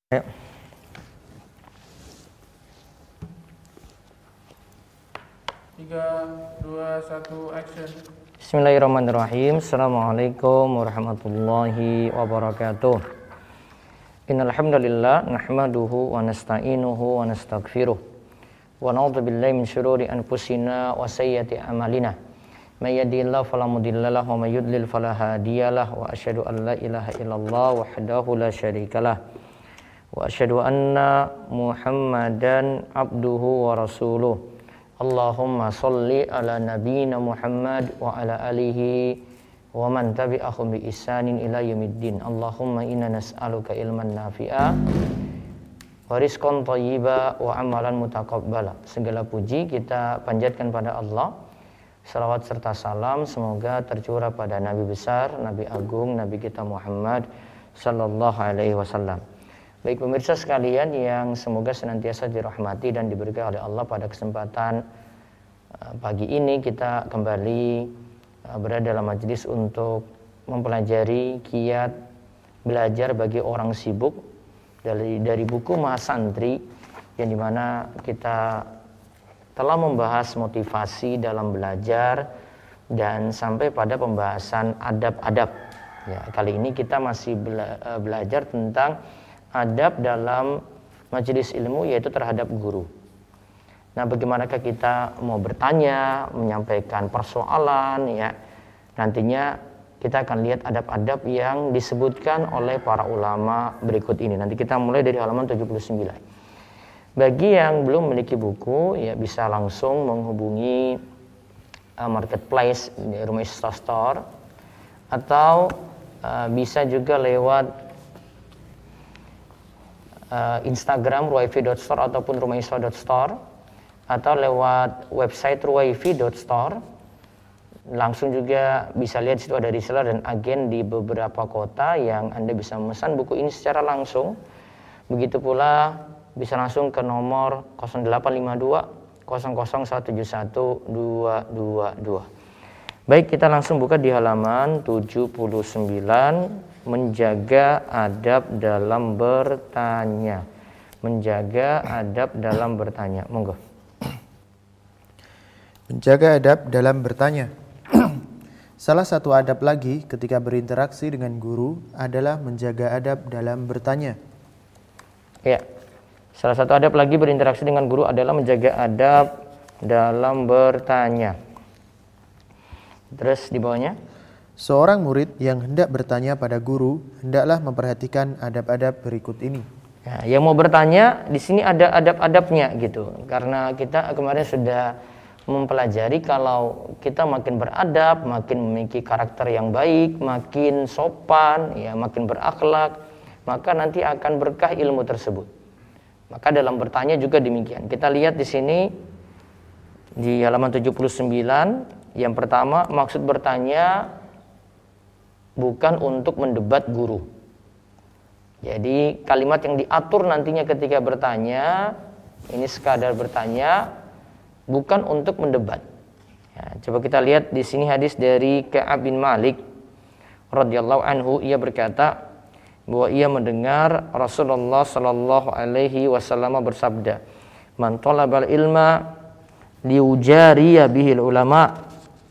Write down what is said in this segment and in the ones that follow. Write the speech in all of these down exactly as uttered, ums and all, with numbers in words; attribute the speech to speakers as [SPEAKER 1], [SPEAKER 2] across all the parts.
[SPEAKER 1] Ayo.
[SPEAKER 2] tiga, dua, satu, action.
[SPEAKER 1] Bismillahirrahmanirrahim. Assalamualaikum warahmatullahi wabarakatuh. Innal hamdalillah nahmaduhu wa nasta'inuhu wa nastaghfiruh wa na'udzu billahi min syururi anfusina wa sayyiati a'malina. May yahdihillahu fala mudilla lahu wa may yudlil fala hadiyalah wa asyhadu an la ilaha illallah wahdahu la syarikalah wa asyhadu anna Muhammadan abduhu wa rasuluh. Allahumma sholli ala nabiyyina Muhammad wa ala alihi wa man tabi'ahum bi ihsanin ila yaumiddin. Allahumma inna nas'aluka ilman nafi'a wa rizqan thayyiba wa amalan mutaqabbala. Segala puji kita panjatkan pada Allah. Salawat serta salam semoga tercurah pada Nabi besar, Nabi agung, Nabi kita Muhammad sallallahu alaihi wasallam. Baik pemirsa sekalian yang semoga senantiasa dirahmati dan diberkahi oleh Allah, pada kesempatan pagi ini kita kembali berada dalam majelis untuk mempelajari kiat belajar bagi orang sibuk dari dari buku Mahasantri, yang dimana kita telah membahas motivasi dalam belajar dan sampai pada pembahasan adab-adab. Ya, kali ini kita masih bela, belajar tentang adab dalam majelis ilmu, yaitu terhadap guru. Nah, bagaimanakah kita mau bertanya, menyampaikan persoalan, ya. Nantinya kita akan lihat adab-adab yang disebutkan oleh para ulama berikut ini. Nanti kita mulai dari halaman tujuh puluh sembilan. Bagi yang belum memiliki buku, ya bisa langsung menghubungi uh, marketplace di Rumah Isra Store, atau uh, bisa juga lewat Uh, Instagram ruwaifi dot store ataupun rumaisra dot store, atau lewat website ruwaifi dot store. Langsung juga bisa lihat situ ada reseller dan agen di beberapa kota yang Anda bisa memesan buku ini secara langsung. Begitu pula bisa langsung ke nomor nol delapan lima dua nol nol satu tujuh satu dua dua dua. Baik, kita langsung buka di halaman tujuh puluh sembilan. Menjaga adab dalam bertanya. Menjaga adab dalam bertanya. Monggo.
[SPEAKER 3] Menjaga adab dalam bertanya. Salah satu adab lagi ketika berinteraksi dengan guru adalah menjaga adab dalam bertanya.
[SPEAKER 1] Ya. Salah satu adab lagi berinteraksi dengan guru adalah menjaga adab dalam bertanya. Terus di bawahnya,
[SPEAKER 3] seorang murid yang hendak bertanya pada guru hendaklah memperhatikan adab-adab berikut ini.
[SPEAKER 1] Ya, yang mau bertanya di sini ada adab-adabnya gitu. Karena kita kemarin sudah mempelajari kalau kita makin beradab, makin memiliki karakter yang baik, makin sopan, ya makin berakhlak, maka nanti akan berkah ilmu tersebut. Maka dalam bertanya juga demikian. Kita lihat di sini di halaman tujuh puluh sembilan, yang pertama, maksud bertanya bukan untuk mendebat guru. Jadi kalimat yang diatur nantinya ketika bertanya, ini sekadar bertanya, bukan untuk mendebat. Ya, coba kita lihat di sini hadis dari Ka'ab bin Malik radhiyallahu anhu. Ia berkata bahwa ia mendengar Rasulullah sallallahu alaihi wasallam bersabda, "Man talabal ilma liujariya bihil ulama,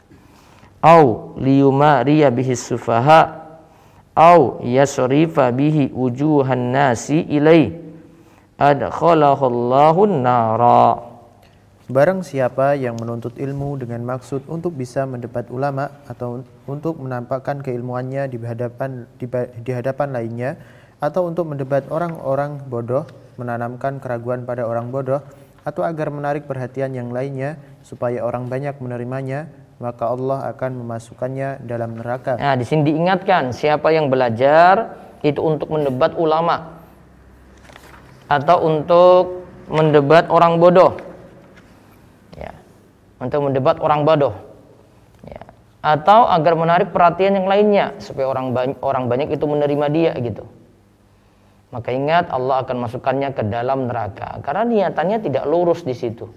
[SPEAKER 1] au liyumariya bihi sufaha, au yasrifa bihi wujuhan nasi ilai, adkhalahullahu nara."
[SPEAKER 3] Barang siapa yang menuntut ilmu dengan maksud untuk bisa mendebat ulama atau untuk menampakkan keilmuannya di hadapan di, di hadapan lainnya, atau untuk mendebat orang-orang bodoh, menanamkan keraguan pada orang bodoh, atau agar menarik perhatian yang lainnya supaya orang banyak menerimanya, maka Allah akan memasukkannya dalam neraka.
[SPEAKER 1] Nah, di sini diingatkan siapa yang belajar itu untuk mendebat ulama atau untuk mendebat orang bodoh, ya, untuk mendebat orang bodoh, ya, atau agar menarik perhatian yang lainnya supaya orang banyak orang banyak itu menerima dia gitu. Maka ingat, Allah akan masukkannya ke dalam neraka karena niatannya tidak lurus di situ,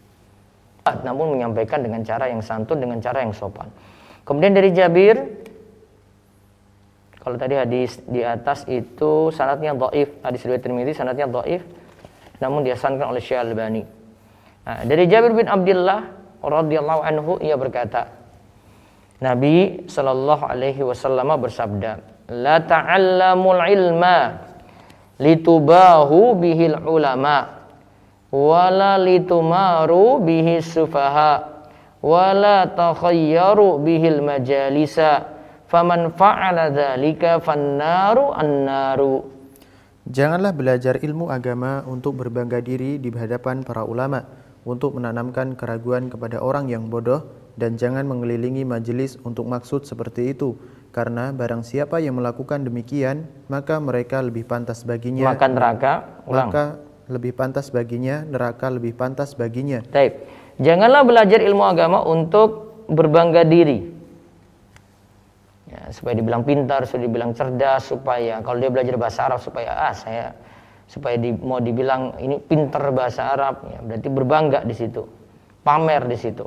[SPEAKER 1] namun menyampaikan dengan cara yang santun, dengan cara yang sopan. Kemudian dari Jabir Kalau tadi hadis di atas itu sanadnya dhaif, hadis riwayat Tirmidzi sanadnya dhaif, namun dihasankan oleh Syekh Albani. Nah, dari Jabir bin Abdullah radhiyallahu anhu ia berkata, Nabi sallallahu alaihi wasallam bersabda, "La ta'allamul ilma litubahu bihil ulama wala litumaru bihis sufaha wala takhayyaru bihil majalisa faman fa'ala dzalika fannaru annaru."
[SPEAKER 3] Janganlah belajar ilmu agama untuk berbangga diri di hadapan para ulama, untuk menanamkan keraguan kepada orang yang bodoh, dan jangan mengelilingi majelis untuk maksud seperti itu, karena barang siapa yang melakukan demikian, maka mereka lebih pantas baginya
[SPEAKER 1] maka neraka ulang.
[SPEAKER 3] maka lebih pantas baginya neraka lebih pantas baginya.
[SPEAKER 1] Baik. Janganlah belajar ilmu agama untuk berbangga diri. Ya, supaya dibilang pintar, supaya dibilang cerdas, supaya kalau dia belajar bahasa Arab supaya ah saya supaya di, mau dibilang ini pintar bahasa Arab, ya, berarti berbangga di situ, pamer di situ.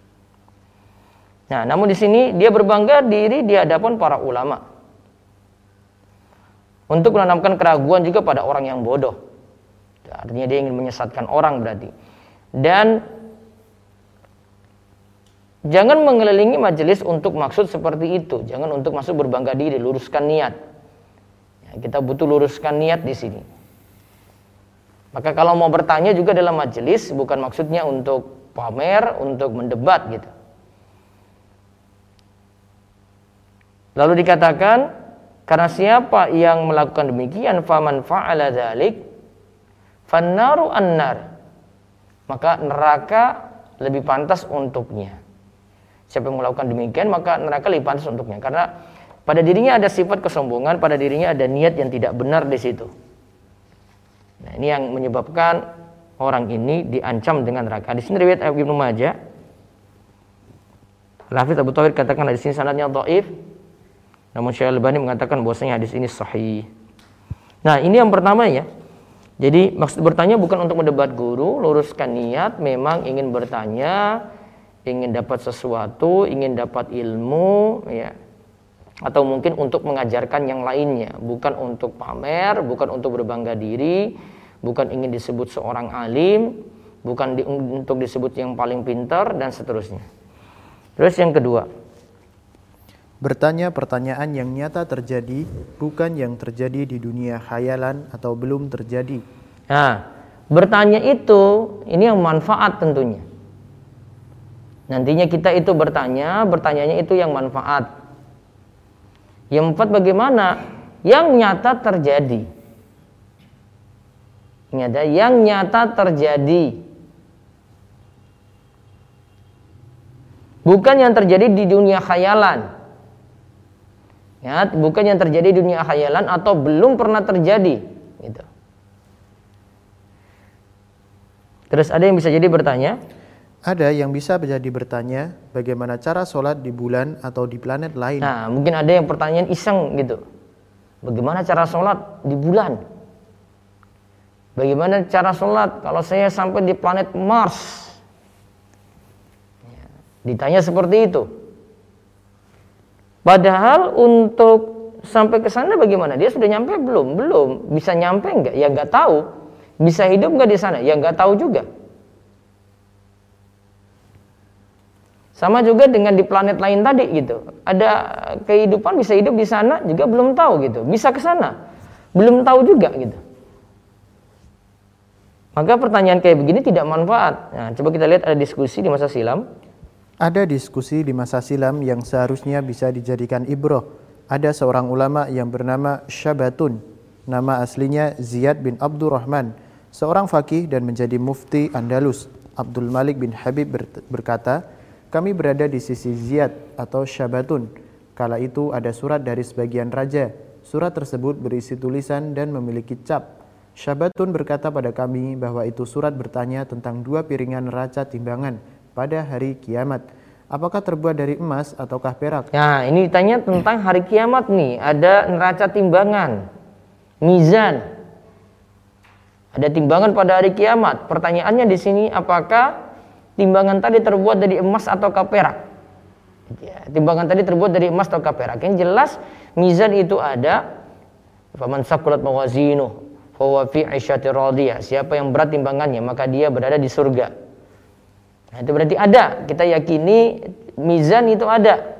[SPEAKER 1] Nah, namun di sini dia berbangga diri di hadapan para ulama untuk menanamkan keraguan juga pada orang yang bodoh. Artinya dia ingin menyesatkan orang berarti. Dan jangan mengelilingi majelis untuk maksud seperti itu. Jangan untuk masuk berbangga diri, luruskan niat. Ya, kita butuh luruskan niat di sini. Maka kalau mau bertanya juga dalam majelis, bukan maksudnya untuk pamer, untuk mendebat gitu. Lalu dikatakan, karena siapa yang melakukan demikian, faman fa'ala dzalik fannaru annar, maka neraka lebih pantas untuknya. Siapa yang melakukan demikian, maka neraka lebih pantas untuknya. Karena pada dirinya ada sifat kesombongan, pada dirinya ada niat yang tidak benar di situ. Nah, ini yang menyebabkan orang ini diancam dengan neraka. Di sini riwayat Ibnu Majah, Al-Hafidz Abu Thawir katakan di sini sanadnya dhaif, namun Syekh Albani mengatakan bahwasanya hadis ini sahih. Nah, ini yang pertama ya. Jadi maksud bertanya bukan untuk mendebat guru, luruskan niat, memang ingin bertanya, ingin dapat sesuatu, ingin dapat ilmu, ya, atau mungkin untuk mengajarkan yang lainnya, bukan untuk pamer, bukan untuk berbangga diri, bukan ingin disebut seorang alim, bukan di, untuk disebut yang paling pintar dan seterusnya. Terus yang kedua,
[SPEAKER 3] bertanya pertanyaan yang nyata terjadi, bukan yang terjadi di dunia khayalan atau belum terjadi.
[SPEAKER 1] Nah, bertanya itu ini yang manfaat tentunya. Nantinya kita itu bertanya, bertanyanya itu yang manfaat. Yang empat bagaimana? Yang nyata terjadi. Nyata, yang nyata terjadi. Bukan yang terjadi di dunia khayalan. Ya, bukan yang terjadi di dunia khayalan atau belum pernah terjadi, gitu. Terus ada yang bisa jadi bertanya?
[SPEAKER 3] Ada yang bisa menjadi bertanya, bagaimana cara sholat di bulan atau di planet lain.
[SPEAKER 1] Nah, mungkin ada yang pertanyaan iseng gitu. Bagaimana cara sholat di bulan? Bagaimana cara sholat kalau saya sampai di planet Mars? Ya, ditanya seperti itu. Padahal untuk sampai ke sana bagaimana? Dia sudah nyampe belum? Belum. Bisa nyampe enggak? Ya enggak tahu. Bisa hidup enggak di sana? Ya enggak tahu juga. Sama juga dengan di planet lain tadi gitu. Ada kehidupan bisa hidup di sana juga belum tahu gitu. Bisa ke sana. Belum tahu juga gitu. Maka pertanyaan kayak begini tidak manfaat. Nah, coba kita lihat ada diskusi di masa silam.
[SPEAKER 3] Ada diskusi di masa silam yang seharusnya bisa dijadikan ibroh. Ada seorang ulama yang bernama Syabatun. Nama aslinya Ziyad bin Abdurrahman, seorang faqih dan menjadi mufti Andalus. Abdul Malik bin Habib berkata, kami berada di sisi Ziyad atau Syabatun. Kala itu ada surat dari sebagian raja. Surat tersebut berisi tulisan dan memiliki cap. Syabatun berkata pada kami bahwa itu surat bertanya tentang dua piringan neraca timbangan pada hari kiamat. Apakah terbuat dari emas ataukah perak?
[SPEAKER 1] Nah, ini ditanya tentang hari kiamat nih. Ada neraca timbangan, mizan. Ada timbangan pada hari kiamat. Pertanyaannya di sini, apakah timbangan tadi terbuat dari emas ataukah perak? Ya, timbangan tadi terbuat dari emas atau perak. Yang jelas mizan itu ada. Faman saqulat mawazinuhu fahuwa fi 'isyatir radiyah. Siapa yang berat timbangannya maka dia berada di surga. Nah, itu berarti ada. Kita yakini mizan itu ada.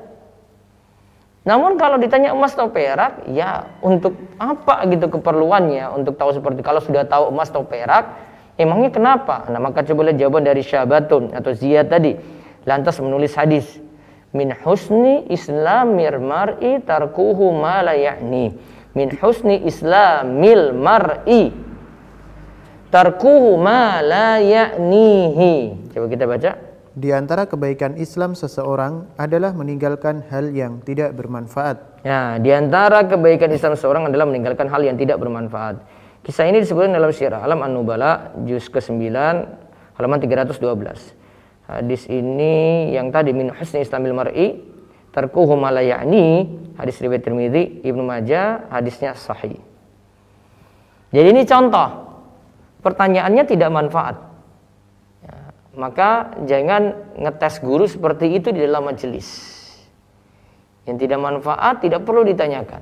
[SPEAKER 1] Namun kalau ditanya emas atau perak, ya untuk apa gitu keperluannya untuk tahu seperti kalau sudah tahu emas atau perak, emangnya kenapa? Nah, maka coba lihat jawaban dari Syabatun atau Ziyad tadi. Lantas menulis hadis. Min husni islamir mar'i tarkuhu ma la ya'ni. Min husni islamil mar'i tarkuhu ma la ya'nihi. Coba kita baca.
[SPEAKER 3] Di antara kebaikan Islam seseorang adalah meninggalkan hal yang tidak bermanfaat.
[SPEAKER 1] Ya, di antara kebaikan Islam seseorang adalah meninggalkan hal yang tidak bermanfaat. Kisah ini disebutkan dalam Syiar Alam An-Nubala juz kesembilan halaman tiga ratus dua belas. Hadis ini yang tadi min husni islamil mar'i tarkuhu ma la ya'ni, hadis riwayat Tirmidzi, Ibnu Majah, hadisnya sahih. Jadi ini contoh. Pertanyaannya tidak manfaat. Ya, maka jangan ngetes guru seperti itu di dalam majelis. Yang tidak manfaat tidak perlu ditanyakan.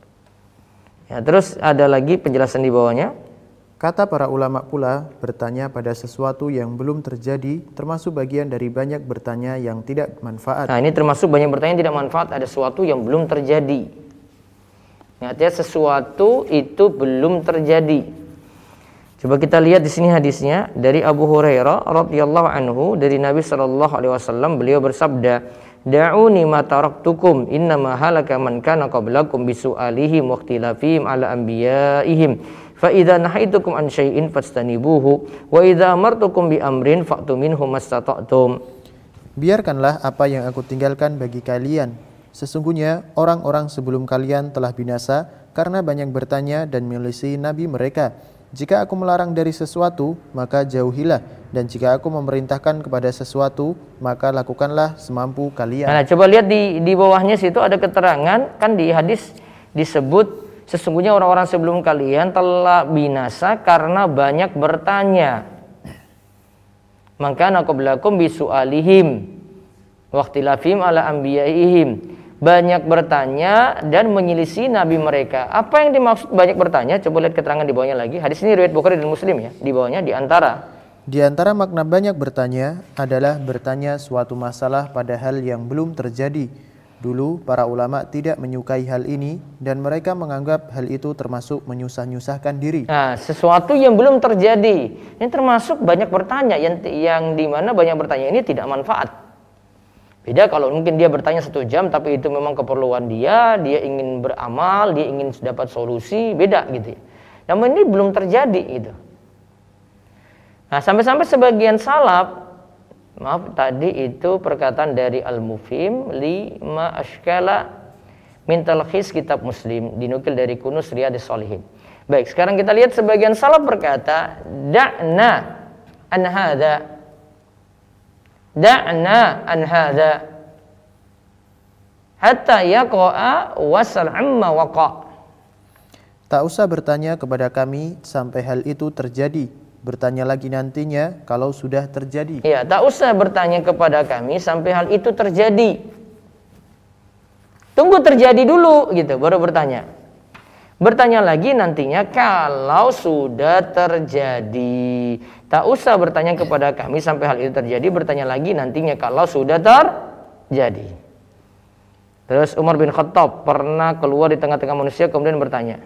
[SPEAKER 1] Ya, terus ada lagi penjelasan di bawahnya.
[SPEAKER 3] Kata para ulama pula, bertanya pada sesuatu yang belum terjadi termasuk bagian dari banyak bertanya yang tidak manfaat.
[SPEAKER 1] Nah, ini termasuk banyak bertanya yang tidak manfaat, ada sesuatu yang belum terjadi. Artinya sesuatu itu belum terjadi. Coba kita lihat di sini hadisnya dari Abu Hurairah radhiyallahu anhu, dari Nabi sallallahu alaihi wasallam, beliau bersabda, "Da'uni ma taraktukum innama halaka man kana qablakum bisu'alihim wa ikhtilafihim ala anbiya'ihim. Fa idza nahaitukum an syai'in fastanibuhu wa idza amartukum bi amrin fa'tu minhu mastata'tum."
[SPEAKER 3] Biarkanlah apa yang aku tinggalkan bagi kalian. Sesungguhnya orang-orang sebelum kalian telah binasa karena banyak bertanya dan menyelisih nabi mereka. Jika aku melarang dari sesuatu, maka jauhilah, dan jika aku memerintahkan kepada sesuatu, maka lakukanlah semampu kalian.
[SPEAKER 1] Nah, coba lihat di di bawahnya situ ada keterangan, kan di hadis disebut sesungguhnya orang-orang sebelum kalian telah binasa karena banyak bertanya. Maka naqablakum bisu'alihim waqtilafihim ala anbiya'ihim. Banyak bertanya dan menyelisih nabi mereka. Apa yang dimaksud banyak bertanya? Coba lihat keterangan di bawahnya lagi. Hadis ini riwayat Bukhari dan Muslim ya. Di bawahnya di antara
[SPEAKER 3] Di antara makna banyak bertanya adalah bertanya suatu masalah pada hal yang belum terjadi. Dulu para ulama tidak menyukai hal ini dan mereka menganggap hal itu termasuk menyusah-nyusahkan diri.
[SPEAKER 1] Nah, sesuatu yang belum terjadi. Ini termasuk banyak bertanya yang yang di mana banyak bertanya ini tidak manfaat. Beda kalau mungkin dia bertanya satu jam tapi itu memang keperluan dia, dia ingin beramal, dia ingin dapat solusi, beda gitu ya. Namun ini belum terjadi gitu. Nah, sampai-sampai sebagian salaf, maaf tadi itu perkataan dari Al-Mufhim lima ashkala min talkhis kitab Muslim, dinukil dari Kunuz Riyadhis Shalihin. Baik, sekarang kita lihat sebagian salaf berkata, da'na an hadza Da'na an hadza hatta yaqa'a wasal amma waqa.
[SPEAKER 3] Tak usah bertanya kepada kami sampai hal itu terjadi. Bertanya lagi nantinya kalau sudah terjadi.
[SPEAKER 1] Ya, tak usah bertanya kepada kami sampai hal itu terjadi. Tunggu terjadi dulu gitu baru bertanya. Bertanya lagi nantinya kalau sudah terjadi. Tak usah bertanya kepada kami sampai hal itu terjadi, bertanya lagi nantinya kalau sudah terjadi. Terus Umar bin Khattab pernah keluar di tengah-tengah manusia kemudian bertanya,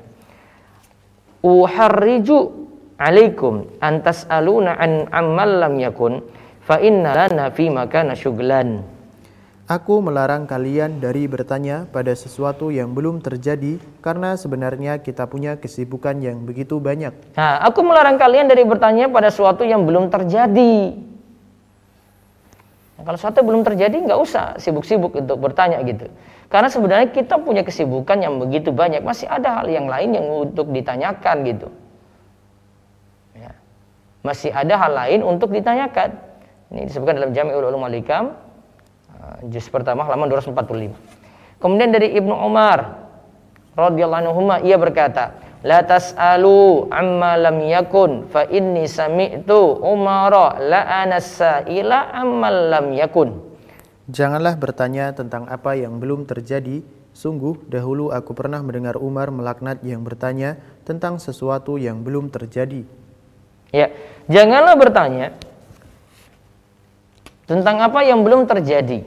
[SPEAKER 1] "Uharriju alaikum antas aluna an ammal lam yakun fa inna lana fi makana syuglan."
[SPEAKER 3] Aku melarang kalian dari bertanya pada sesuatu yang belum terjadi karena sebenarnya kita punya kesibukan yang begitu banyak.
[SPEAKER 1] Nah, aku melarang kalian dari bertanya pada sesuatu yang belum terjadi. Nah, kalau sesuatu belum terjadi nggak usah sibuk-sibuk untuk bertanya gitu. Karena sebenarnya kita punya kesibukan yang begitu banyak, masih ada hal yang lain yang untuk ditanyakan gitu. Ya. Masih ada hal lain untuk ditanyakan. Ini disebutkan dalam Jami'ul Ulum wal Hikam. Juz pertama halaman dua ratus empat puluh lima. Kemudian dari Ibnu Umar radhiyallahu anhu ia berkata, "La tas'alu amma lam yakun fa inni sami'tu Umara la anasa ila amma lam yakun."
[SPEAKER 3] Janganlah bertanya tentang apa yang belum terjadi. Sungguh dahulu aku pernah mendengar Umar melaknat yang bertanya tentang sesuatu yang belum terjadi.
[SPEAKER 1] Ya, janganlah bertanya tentang apa yang belum terjadi.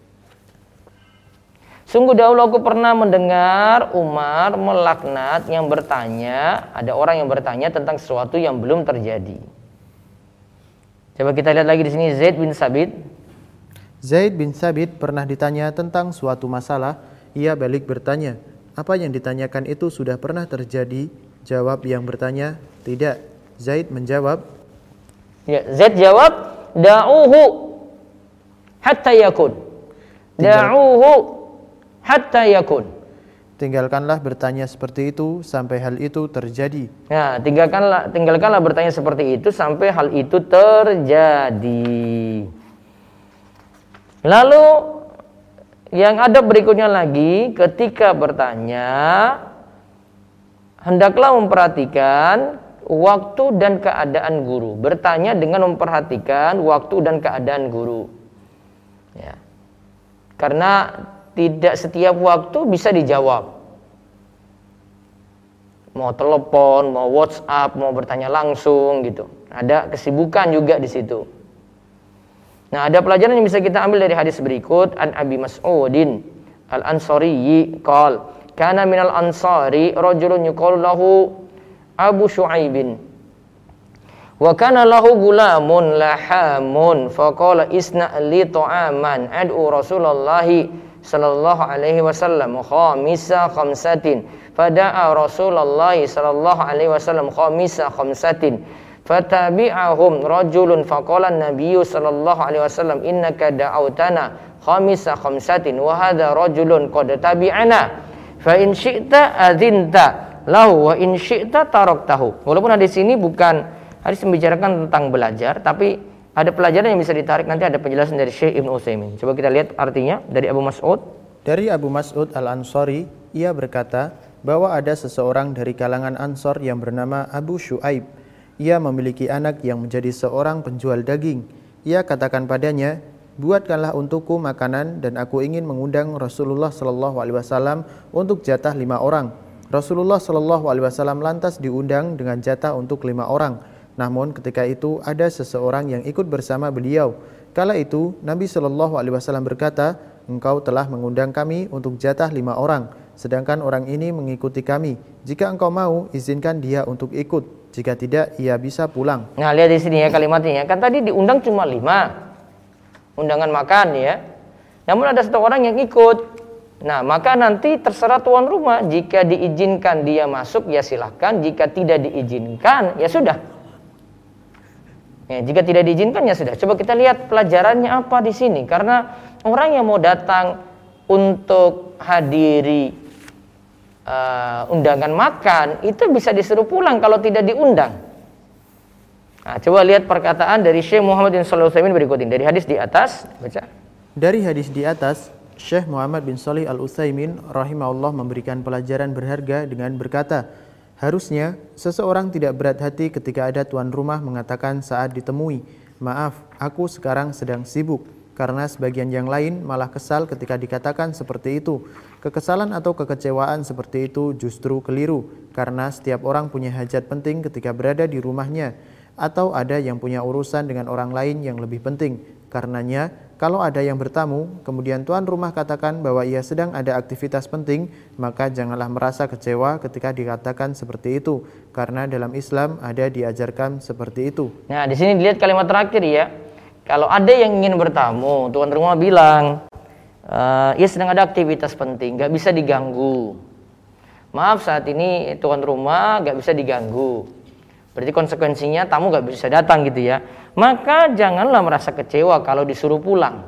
[SPEAKER 1] Sungguh dahulu aku pernah mendengar Umar melaknat yang bertanya, ada orang yang bertanya tentang sesuatu yang belum terjadi. Coba kita lihat lagi di sini Zaid bin Sabit.
[SPEAKER 3] Zaid bin Sabit pernah ditanya tentang suatu masalah. Ia balik bertanya, apa yang ditanyakan itu sudah pernah terjadi? Jawab yang bertanya, tidak. Zaid menjawab,
[SPEAKER 1] Ya, Zaid jawab, da'uhu hatta yakun. Da'uhu hatta yakun.
[SPEAKER 3] tinggalkanlah bertanya seperti itu sampai hal itu terjadi.
[SPEAKER 1] Nah, tinggalkanlah tinggalkanlah bertanya seperti itu sampai hal itu terjadi. Lalu yang ada berikutnya lagi, ketika bertanya hendaklah memperhatikan waktu dan keadaan guru. Bertanya dengan memperhatikan waktu dan keadaan guru. Ya. Karena tidak setiap waktu bisa dijawab. Mau telepon, mau WhatsApp, mau bertanya langsung gitu. Ada kesibukan juga di situ. Nah, ada pelajaran yang bisa kita ambil dari hadis berikut. An Abi Mas'udin Al-Ansari qol, kana minal ansari rajulun yuqalu lahu Abu Syu'aibin. Wa kana lahu gulamun lahamun faqala isna li ta'aman ad'u Rasulullah sallallahu alaihi wasallam khamisa khamsatin fada'a Rasulullah sallallahu alaihi wasallam khamisa khamsatin fatabi'ahum rajulun faqala an-nabiy sallallahu alaihi wasallam innaka da'autana khamisa khamsatin wa hadha rajulun qad tabi'ana fa in syi'ta adzinta lahu wa in syi'ta taraktahu. Walaupun hadis ini bukan hadis membicarakan tentang belajar, tapi ada pelajaran yang bisa ditarik. Nanti ada penjelasan dari Syekh Ibnu Utsaimin. Coba kita lihat artinya dari Abu Mas'ud.
[SPEAKER 3] Dari Abu Mas'ud Al-Ansari, ia berkata bahwa ada seseorang dari kalangan Ansor yang bernama Abu Syu'aib. Ia memiliki anak yang menjadi seorang penjual daging. Ia katakan padanya, buatkanlah untukku makanan dan aku ingin mengundang Rasulullah sallallahu alaihi wasallam untuk jatah lima orang. Rasulullah sallallahu alaihi wasallam lantas diundang dengan jatah untuk lima orang. Namun ketika itu ada seseorang yang ikut bersama beliau. Kala itu Nabi sallallahu alaihi wasallam berkata, engkau telah mengundang kami untuk jatah lima orang, sedangkan orang ini mengikuti kami. Jika engkau mau, izinkan dia untuk ikut. Jika tidak, ia bisa pulang.
[SPEAKER 1] Nah, lihat di sini ya kalimatnya. Kan tadi diundang cuma lima undangan makan ya. Namun ada satu orang yang ikut. Nah, maka nanti terserah tuan rumah. Jika diizinkan dia masuk, ya silahkan. Jika tidak diizinkan, ya sudah. Ya, jika tidak diizinkan, ya sudah. Coba kita lihat pelajarannya apa di sini. Karena orang yang mau datang untuk hadiri uh, undangan makan, itu bisa disuruh pulang kalau tidak diundang. Nah, coba lihat perkataan dari Syekh Muhammad bin Shalih Al-Utsaimin berikut ini. Dari hadis di atas, baca.
[SPEAKER 3] Dari hadis di atas, Syekh Muhammad bin Shalih Al-Utsaimin rahimahullah memberikan pelajaran berharga dengan berkata, harusnya seseorang tidak berat hati ketika ada tuan rumah mengatakan saat ditemui, maaf, aku sekarang sedang sibuk. Karena sebagian yang lain malah kesal ketika dikatakan seperti itu. Kekesalan atau kekecewaan seperti itu justru keliru, karena setiap orang punya hajat penting ketika berada di rumahnya, atau ada yang punya urusan dengan orang lain yang lebih penting. Karenanya, kalau ada yang bertamu, kemudian tuan rumah katakan bahwa ia sedang ada aktivitas penting, maka janganlah merasa kecewa ketika dikatakan seperti itu, karena dalam Islam ada diajarkan seperti itu.
[SPEAKER 1] Nah, di sini dilihat kalimat terakhir ya. Kalau ada yang ingin bertamu, tuan rumah bilang, e, ia sedang ada aktivitas penting, gak bisa diganggu. Maaf, saat ini tuan rumah gak bisa diganggu. Berarti konsekuensinya tamu gak bisa datang gitu ya. Maka janganlah merasa kecewa kalau disuruh pulang.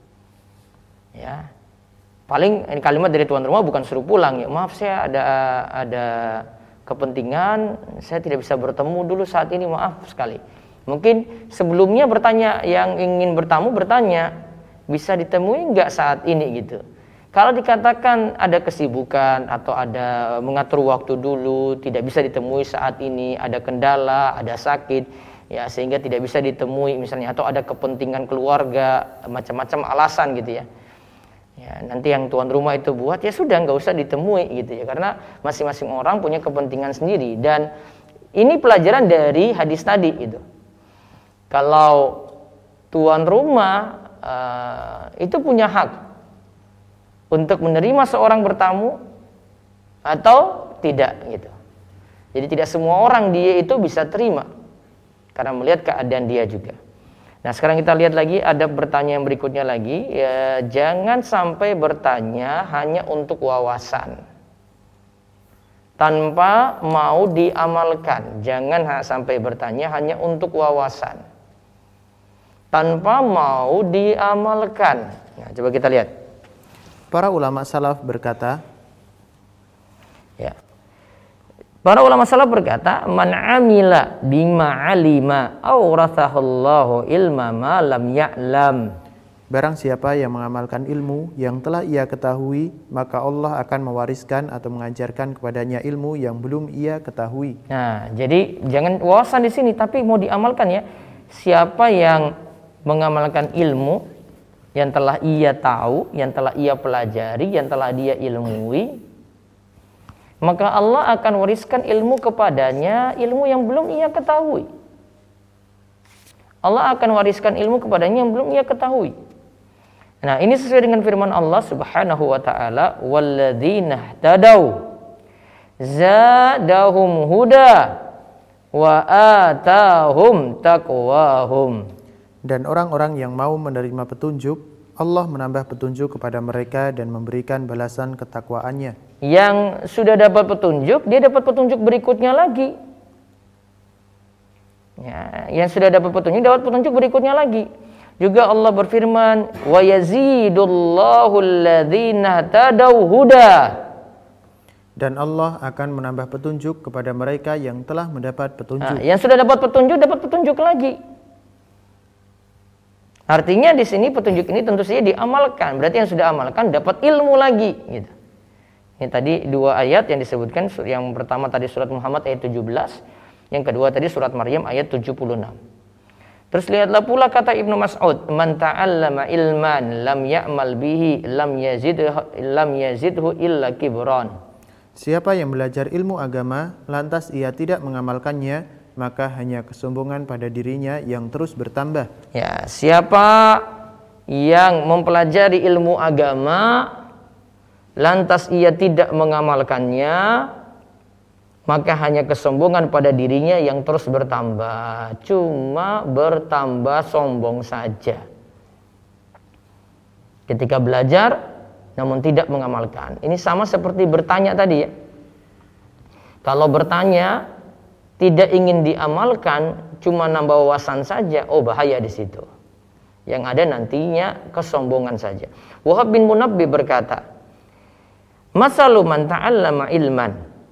[SPEAKER 1] Ya, paling ini kalimat dari tuan rumah bukan suruh pulang ya. Maaf, saya ada ada kepentingan, saya tidak bisa bertemu dulu saat ini, maaf sekali. Mungkin sebelumnya bertanya, yang ingin bertamu bertanya, bisa ditemui nggak saat ini gitu. Kalau dikatakan ada kesibukan atau ada mengatur waktu dulu, tidak bisa ditemui saat ini, ada kendala, ada sakit, ya sehingga tidak bisa ditemui misalnya, atau ada kepentingan keluarga, macam-macam alasan gitu ya. Ya, nanti yang tuan rumah itu buat, ya sudah nggak usah ditemui gitu ya, karena masing-masing orang punya kepentingan sendiri. Dan ini pelajaran dari hadis tadi itu. Kalau tuan rumah uh, itu punya hak untuk menerima seorang bertamu atau tidak gitu. Jadi tidak semua orang dia itu bisa terima karena melihat keadaan dia juga. Nah, sekarang kita lihat lagi, ada pertanyaan berikutnya lagi, ya, jangan sampai bertanya hanya untuk wawasan tanpa mau diamalkan. Jangan sampai bertanya hanya untuk wawasan tanpa mau diamalkan. Nah, coba kita lihat.
[SPEAKER 3] Para ulama salaf berkata,
[SPEAKER 1] ya. Para ulama salaf berkata, man amila bima alima awrathahullahu ilma ma lam ya'lam.
[SPEAKER 3] Barang siapa yang mengamalkan ilmu yang telah ia ketahui, maka Allah akan mewariskan atau mengajarkan kepadanya ilmu yang belum ia ketahui.
[SPEAKER 1] Nah, jadi jangan wawasan di sini, tapi mau diamalkan ya. Siapa yang mengamalkan ilmu yang telah ia tahu, yang telah ia pelajari, yang telah dia ilmui, maka Allah akan wariskan ilmu kepadanya, ilmu yang belum ia ketahui. Allah akan wariskan ilmu kepadanya yang belum ia ketahui. Nah, ini sesuai dengan firman Allah Subhanahu wa taala, walladzina ihtadaw zadahum huda wa atahum taqwahum.
[SPEAKER 3] Dan orang-orang yang mau menerima petunjuk, Allah menambah petunjuk kepada mereka dan memberikan balasan ketakwaannya.
[SPEAKER 1] Yang sudah dapat petunjuk, dia dapat petunjuk berikutnya lagi. Ya, yang sudah dapat petunjuk, dapat petunjuk berikutnya lagi. Juga Allah berfirman, wa yazidullahu alladzina tadaw huda.
[SPEAKER 3] Dan Allah akan menambah petunjuk kepada mereka yang telah mendapat petunjuk.
[SPEAKER 1] Nah, yang sudah dapat petunjuk, dapat petunjuk lagi. Artinya di sini petunjuk ini tentu saja diamalkan. Berarti yang sudah amalkan dapat ilmu lagi gitu. Ini tadi dua ayat yang disebutkan, yang pertama tadi surat Muhammad ayat tujuh belas, yang kedua tadi surat Maryam ayat tujuh puluh enam. Terus lihatlah pula kata Ibnu Mas'ud, man ta'allama ilman lam ya'mal bihi lam yazidhu lam yazidhu illa kibran.
[SPEAKER 3] Siapa yang belajar ilmu agama lantas ia tidak mengamalkannya, maka hanya kesombongan pada dirinya yang terus bertambah.
[SPEAKER 1] Ya, siapa yang mempelajari ilmu agama lantas ia tidak mengamalkannya, maka hanya kesombongan pada dirinya yang terus bertambah. Cuma bertambah sombong saja. Ketika belajar namun tidak mengamalkan. Ini sama seperti bertanya tadi ya. Kalau bertanya tidak ingin diamalkan, cuma nambah wawasan saja, oh bahaya di situ. Yang ada nantinya kesombongan saja. Wahab bin Munabbih berkata, masalu man ta'allama ilman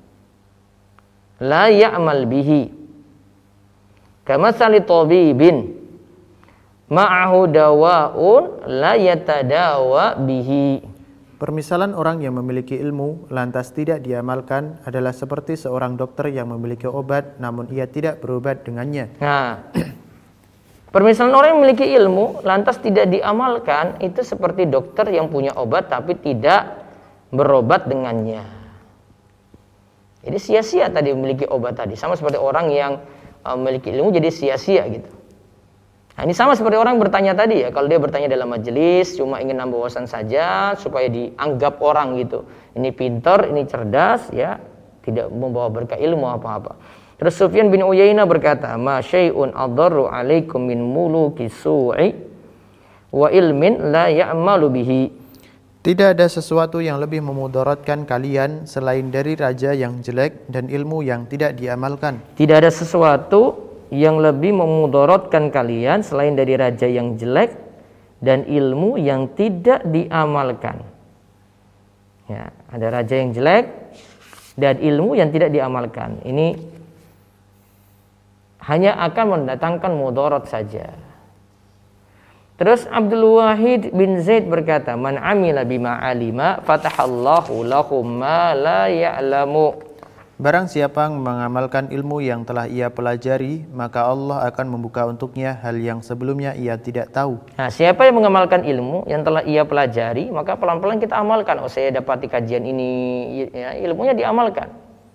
[SPEAKER 1] la ya'mal bihi kamasali tabibin ma'ahu dawa'un la yatadawa bihi.
[SPEAKER 3] Permisalan orang yang memiliki ilmu lantas tidak diamalkan adalah seperti seorang dokter yang memiliki obat namun ia tidak berobat dengannya.
[SPEAKER 1] Nah, permisalan orang yang memiliki ilmu lantas tidak diamalkan itu seperti dokter yang punya obat tapi tidak berobat dengannya. Jadi sia-sia tadi memiliki obat tadi, sama seperti orang yang uh, memiliki ilmu jadi sia-sia gitu. Nah, ini sama seperti orang bertanya tadi ya, kalau dia bertanya dalam majelis cuma ingin nambah wawasan saja supaya dianggap orang gitu. Ini pintar, ini cerdas ya, tidak membawa berkah ilmu apa-apa. Terus Sufyan bin Uyainah berkata, "Ma syai'un adarru 'alaikum min muluki su'i wa ilmin la ya'malu bihi."
[SPEAKER 3] Tidak ada sesuatu yang lebih memudaratkan kalian selain dari raja yang jelek dan ilmu yang tidak diamalkan.
[SPEAKER 1] Tidak ada sesuatu yang lebih memudaratkan kalian selain dari raja yang jelek dan ilmu yang tidak diamalkan. Ya, ada raja yang jelek dan ilmu yang tidak diamalkan. Ini hanya akan mendatangkan mudarat saja. Terus Abdul Wahid bin Zaid berkata, "Man amila bima alima fatahallahu lahu ma la ya'lamu."
[SPEAKER 3] Barang siapa mengamalkan ilmu yang telah ia pelajari, maka Allah akan membuka untuknya hal yang sebelumnya ia tidak tahu.
[SPEAKER 1] Nah, siapa yang mengamalkan ilmu yang telah ia pelajari, maka pelan-pelan kita amalkan. Oh, saya dapati kajian ini, ya, ilmunya diamalkan.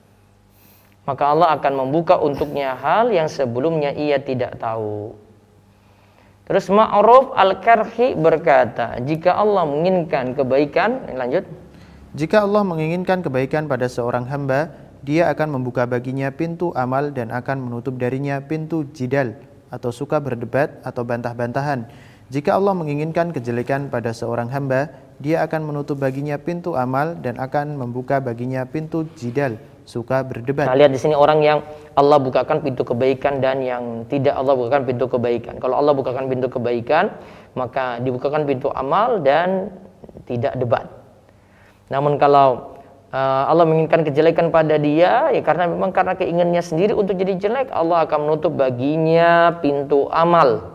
[SPEAKER 1] Maka Allah akan membuka untuknya hal yang sebelumnya ia tidak tahu. Terus Ma'ruf Al-Karhi berkata, jika Allah menginginkan kebaikan, lanjut.
[SPEAKER 3] Jika Allah menginginkan kebaikan pada seorang hamba, Dia akan membuka baginya pintu amal dan akan menutup darinya pintu jidal atau suka berdebat atau bantah-bantahan. Jika Allah menginginkan kejelekan pada seorang hamba, Dia akan menutup baginya pintu amal dan akan membuka baginya pintu jidal, suka berdebat.
[SPEAKER 1] Nah, lihat di sini orang yang Allah bukakan pintu kebaikan dan yang tidak Allah bukakan pintu kebaikan. Kalau Allah bukakan pintu kebaikan, maka dibukakan pintu amal dan tidak debat. Namun kalau uh, Allah menginginkan kejelekan pada dia, ya karena memang karena keinginannya sendiri untuk jadi jelek, Allah akan menutup baginya pintu amal.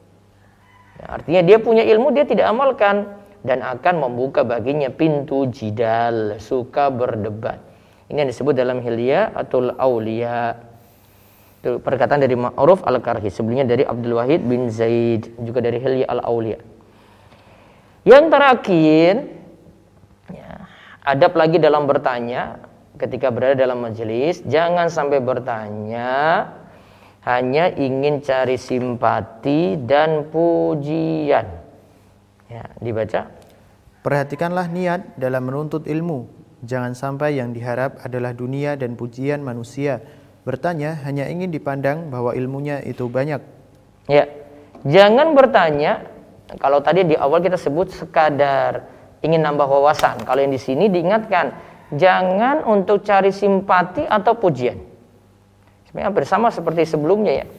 [SPEAKER 1] Ya, artinya dia punya ilmu, dia tidak amalkan dan akan membuka baginya pintu jidal, suka berdebat. Ini yang disebut dalam Hilyatul Auliya. Itu perkataan dari Ma'ruf Al-Karhi, sebelumnya dari Abdul Wahid bin Zaid, juga dari Hilya Al-Auliya. Yang terakhir, ya, adab lagi dalam bertanya ketika berada dalam majelis, jangan sampai bertanya hanya ingin cari simpati dan pujian. Ya, dibaca.
[SPEAKER 3] Perhatikanlah niat dalam menuntut ilmu. Jangan sampai yang diharap adalah dunia dan pujian manusia. Bertanya hanya ingin dipandang bahwa ilmunya itu banyak.
[SPEAKER 1] Ya, jangan bertanya. Kalau tadi di awal kita sebut sekadar ingin nambah wawasan. Kalau yang di sini diingatkan, jangan untuk cari simpati atau pujian. Sebenarnya hampir sama seperti sebelumnya ya.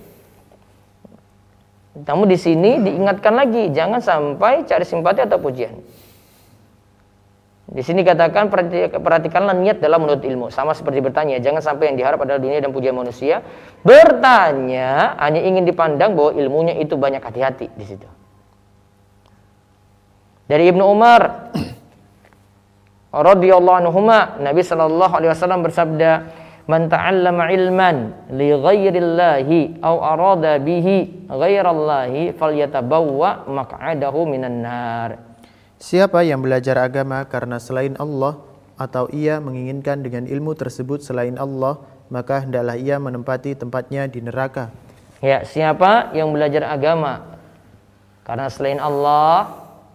[SPEAKER 1] Namun di sini diingatkan lagi, jangan sampai cari simpati atau pujian. Di sini katakan perhatikanlah niat dalam menuntut ilmu, sama seperti bertanya, jangan sampai yang diharap adalah dunia dan pujian manusia. Bertanya hanya ingin dipandang bahwa ilmunya itu banyak, hati-hati di situ. Dari Ibnu Umar radhiyallahu anhuma, Nabi sallallahu alaihi wasallam bersabda, "Man ta'allama ilman li ghairillahi aw arada bihi ghairallahi falyatabawwa maq'adahu minan nar."
[SPEAKER 3] Siapa yang belajar agama karena selain Allah atau ia menginginkan dengan ilmu tersebut selain Allah, maka hendaklah ia menempati tempatnya di neraka.
[SPEAKER 1] Ya, siapa yang belajar agama karena selain Allah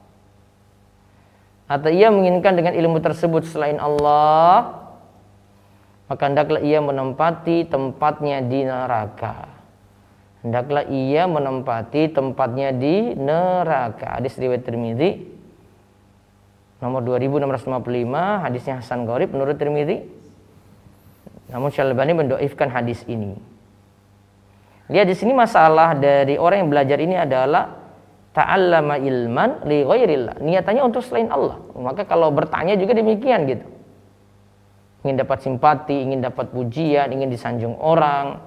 [SPEAKER 1] atau ia menginginkan dengan ilmu tersebut selain Allah, maka hendaklah ia menempati tempatnya di neraka. Hendaklah ia menempati tempatnya di neraka. Hadis riwayat Tirmidzi nomor dua ribu enam ratus lima puluh lima, hadisnya hasan gharib menurut Tirmidzi. Namun Syalbani mendoifkan hadis ini. Lihat di sini masalah dari orang yang belajar ini adalah ta'allama ilman li ghairillah. Niatannya untuk selain Allah. Maka kalau bertanya juga demikian gitu. Ingin dapat simpati, ingin dapat pujian, ingin disanjung orang.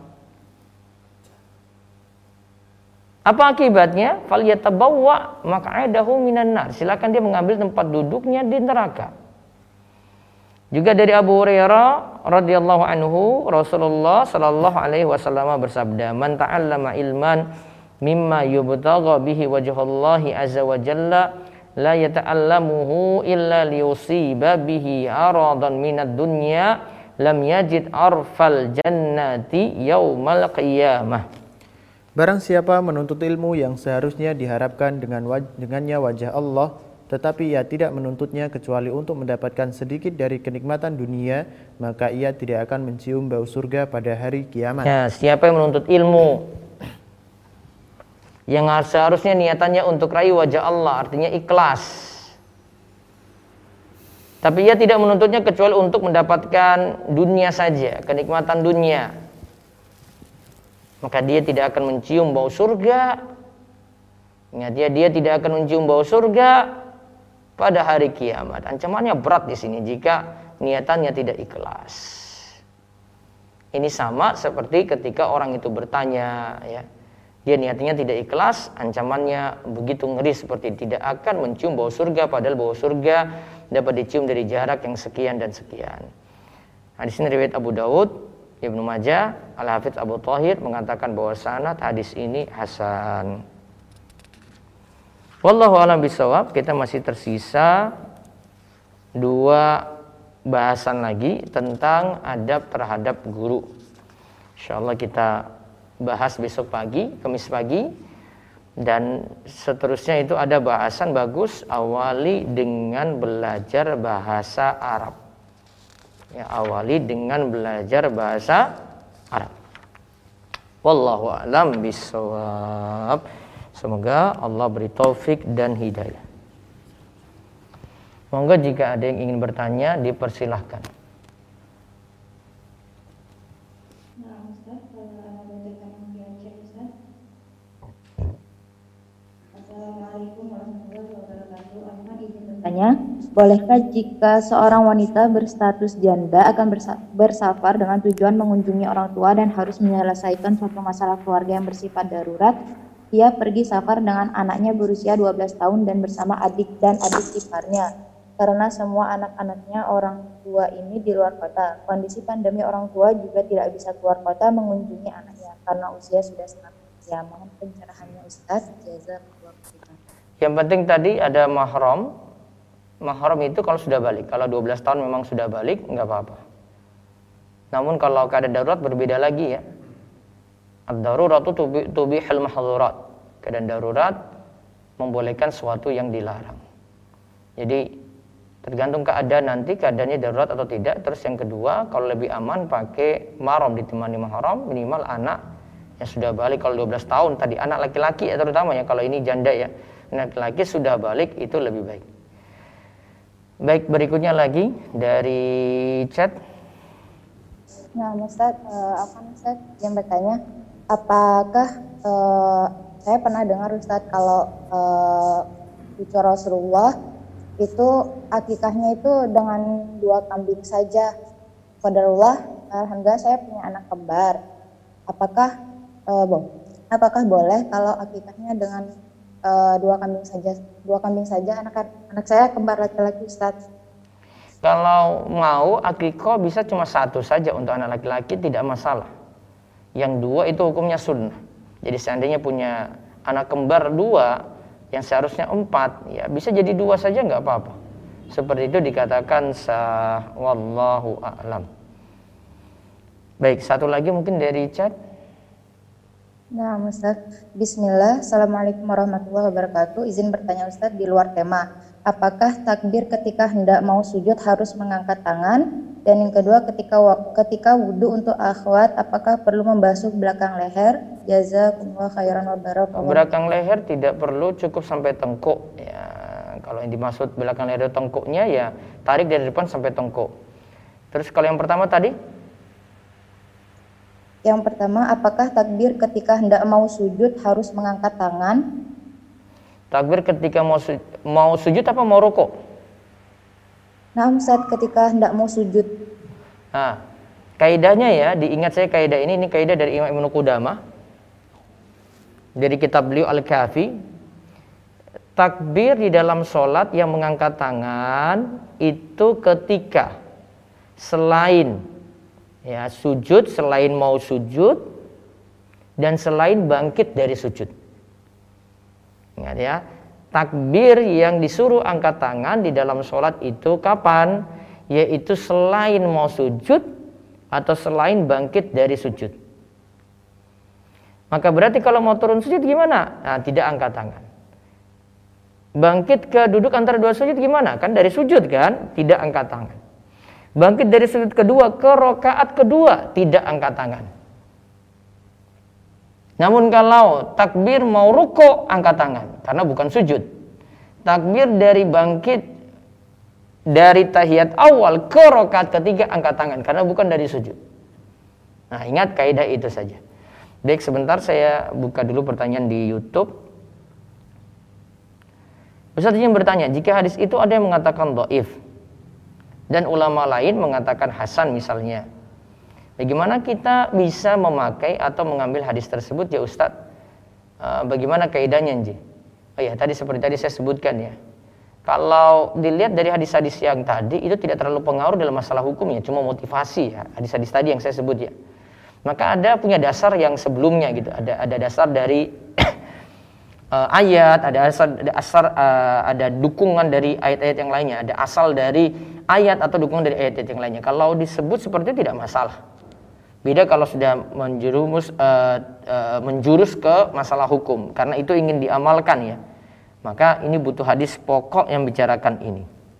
[SPEAKER 1] Apa akibatnya? Falyatabawwa maq'adahu minan nar. Silakan dia mengambil tempat duduknya di neraka. Juga dari Abu Hurairah radhiyallahu anhu, Rasulullah sallallahu alaihi wasallam bersabda, "Man ta'allama ilman mimma yubtagha bihi wajhullahi azza wa jalla la yata'allamuhu illa liyusiba bihi aradan minad dunya lam yajid arfal jannati yaumal qiyamah."
[SPEAKER 3] Barang siapa menuntut ilmu yang seharusnya diharapkan dengan waj- dengannya wajah Allah, tetapi ia tidak menuntutnya kecuali untuk mendapatkan sedikit dari kenikmatan dunia, maka ia tidak akan mencium bau surga pada hari kiamat.
[SPEAKER 1] Ya, siapa yang menuntut ilmu yang seharusnya niatannya untuk raih wajah Allah, artinya ikhlas, tapi ia tidak menuntutnya kecuali untuk mendapatkan dunia saja, kenikmatan dunia, maka dia tidak akan mencium bau surga. Ingat ya, dia tidak akan mencium bau surga pada hari kiamat. Ancamannya berat di sini jika niatannya tidak ikhlas. Ini sama seperti ketika orang itu bertanya, ya, dia niatnya tidak ikhlas, ancamannya begitu ngeri seperti tidak akan mencium bau surga, padahal bau surga dapat dicium dari jarak yang sekian dan sekian. Hadis ini riwayat Abu Daud, Ibnu Majah, Al-Hafidz Abu Thahir mengatakan bahwa sanad hadis ini hasan. Wallahu a'lam bishawab. Kita masih tersisa dua bahasan lagi tentang adab terhadap guru. Insyaallah kita bahas besok pagi, Kamis pagi, dan seterusnya itu ada bahasan bagus, awali dengan belajar bahasa Arab. Ya, awali dengan belajar bahasa Arab. Wallahu a'lam bishawab. Semoga Allah beri taufik dan hidayah. Monggo jika ada yang ingin bertanya dipersilahkan.
[SPEAKER 4] Nah, Ustaz, kalau ada bacakan yang cek, Ustaz. Assalamualaikum warahmatullahi wabarakatuh. Ahmad izin bertanya, bolehkah jika seorang wanita berstatus janda akan bersa- bersafar dengan tujuan mengunjungi orang tua dan harus menyelesaikan suatu masalah keluarga yang bersifat darurat, ia pergi safar dengan anaknya berusia dua belas tahun dan bersama adik dan adik iparnya? Karena semua anak-anaknya orang tua ini di luar kota. Kondisi pandemi orang tua juga tidak bisa keluar kota mengunjungi anaknya karena usia sudah sangat ya. Mohon pencerahannya Ustaz. Jazakallahu khairan.
[SPEAKER 1] Yang penting tadi ada mahram. Mahram itu kalau sudah balik. Kalau dua belas tahun memang sudah balik, enggak apa-apa. Namun kalau keadaan darurat berbeda lagi ya. Ad-daruratu tubihul mahdzurat. Keadaan darurat membolehkan sesuatu yang dilarang. Jadi tergantung keadaan nanti, keadaannya darurat atau tidak. Terus yang kedua, kalau lebih aman pakai mahram, ditemani mahram, minimal anak yang sudah balik. Kalau dua belas tahun tadi anak laki-laki ya, terutama ya, kalau ini janda ya, anak laki sudah balik itu lebih baik. Baik, berikutnya lagi dari chat.
[SPEAKER 4] Nah, Ustaz, uh, apa Ustaz yang bertanya, apakah uh, saya pernah dengar Ustaz kalau uh, bicara Rasulullah itu akikahnya itu dengan dua kambing saja. Qadarullah, alhamdulillah saya punya anak kembar. Apakah uh, bo, apakah boleh kalau akikahnya dengan uh, dua kambing saja? Dua kambing saja anak anak saya kembar laki-laki, Ustaz.
[SPEAKER 1] Kalau mau akikah bisa cuma satu saja untuk anak laki-laki, tidak masalah. Yang dua itu hukumnya sunnah. Jadi seandainya punya anak kembar dua yang seharusnya empat, ya bisa jadi dua saja nggak apa-apa. Seperti itu dikatakan sah, wallahu a'lam. Baik, satu lagi mungkin dari chat.
[SPEAKER 4] Nah, Ustaz, bismillah, assalamualaikum warahmatullahi wabarakatuh. Izin bertanya Ustaz di luar tema. Apakah takbir ketika hendak mau sujud harus mengangkat tangan? Dan yang kedua, ketika ketika wudhu untuk akhwat, apakah perlu membasuh belakang leher? Jazakumullah khairan wa barakallahu.
[SPEAKER 1] Belakang leher tidak perlu, cukup sampai tengkuk. Ya, kalau yang dimaksud belakang leher tengkuknya ya tarik dari depan sampai tengkuk. Terus kalau yang pertama tadi?
[SPEAKER 4] Yang pertama, apakah takbir ketika hendak mau sujud harus mengangkat tangan?
[SPEAKER 1] Takbir ketika mau su- mau sujud apa mau rukuk?
[SPEAKER 4] Nah, Ustaz, ketika hendak mau sujud.
[SPEAKER 1] Nah, kaidahnya ya, diingat saya kaidah ini, ini kaidah dari Imam Ibnu Qudamah. Dari kitab beliau Al-Kafi. Takbir di dalam sholat yang mengangkat tangan itu ketika selain ya sujud, selain mau sujud, dan selain bangkit dari sujud. Ingat ya, takbir yang disuruh angkat tangan di dalam sholat itu kapan? Yaitu selain mau sujud atau selain bangkit dari sujud. Maka berarti kalau mau turun sujud gimana? Nah, tidak angkat tangan. Bangkit ke duduk antara dua sujud gimana? Kan dari sujud kan? Tidak angkat tangan. Bangkit dari sujud kedua ke rakaat kedua, tidak angkat tangan. Namun kalau takbir mau rukuk, angkat tangan, karena bukan sujud. Takbir dari bangkit dari tahiyat awal ke rakaat ketiga, angkat tangan, karena bukan dari sujud. Nah, ingat kaidah itu saja. Baik, sebentar saya buka dulu pertanyaan di YouTube. Ustaz yang bertanya, jika hadis itu ada yang mengatakan dhaif dan ulama lain mengatakan hasan misalnya, bagaimana kita bisa memakai atau mengambil hadis tersebut ya Ustaz? Uh, bagaimana kaidahnya Nji? Oh ya, tadi seperti tadi saya sebutkan ya. Kalau dilihat dari hadis-hadis yang tadi itu tidak terlalu pengaruh dalam masalah hukumnya, cuma motivasi ya, hadis-hadis tadi yang saya sebut ya. Maka ada punya dasar yang sebelumnya gitu, ada ada dasar dari uh, ayat, ada asal ada asar uh, ada dukungan dari ayat-ayat yang lainnya, ada asal dari ayat atau dukungan dari ayat-ayat yang lainnya. Kalau disebut seperti itu tidak masalah. Beda kalau sudah menjerumus uh, uh, menjurus ke masalah hukum, karena itu ingin diamalkan ya. Maka ini butuh hadis pokok yang bicarakan ini.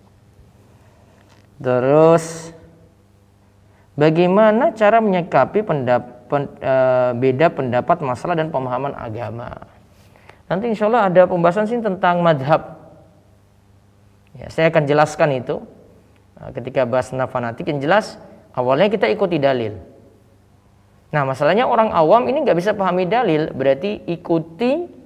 [SPEAKER 1] Terus bagaimana cara menyikapi pendap, pen, e, beda pendapat masalah dan pemahaman agama. Nanti insya Allah ada pembahasan sih tentang madhab. Ya, saya akan jelaskan itu ketika bahas tentang fanatik. Yang jelas awalnya kita ikuti dalil. Nah masalahnya orang awam ini nggak bisa pahami dalil, berarti ikuti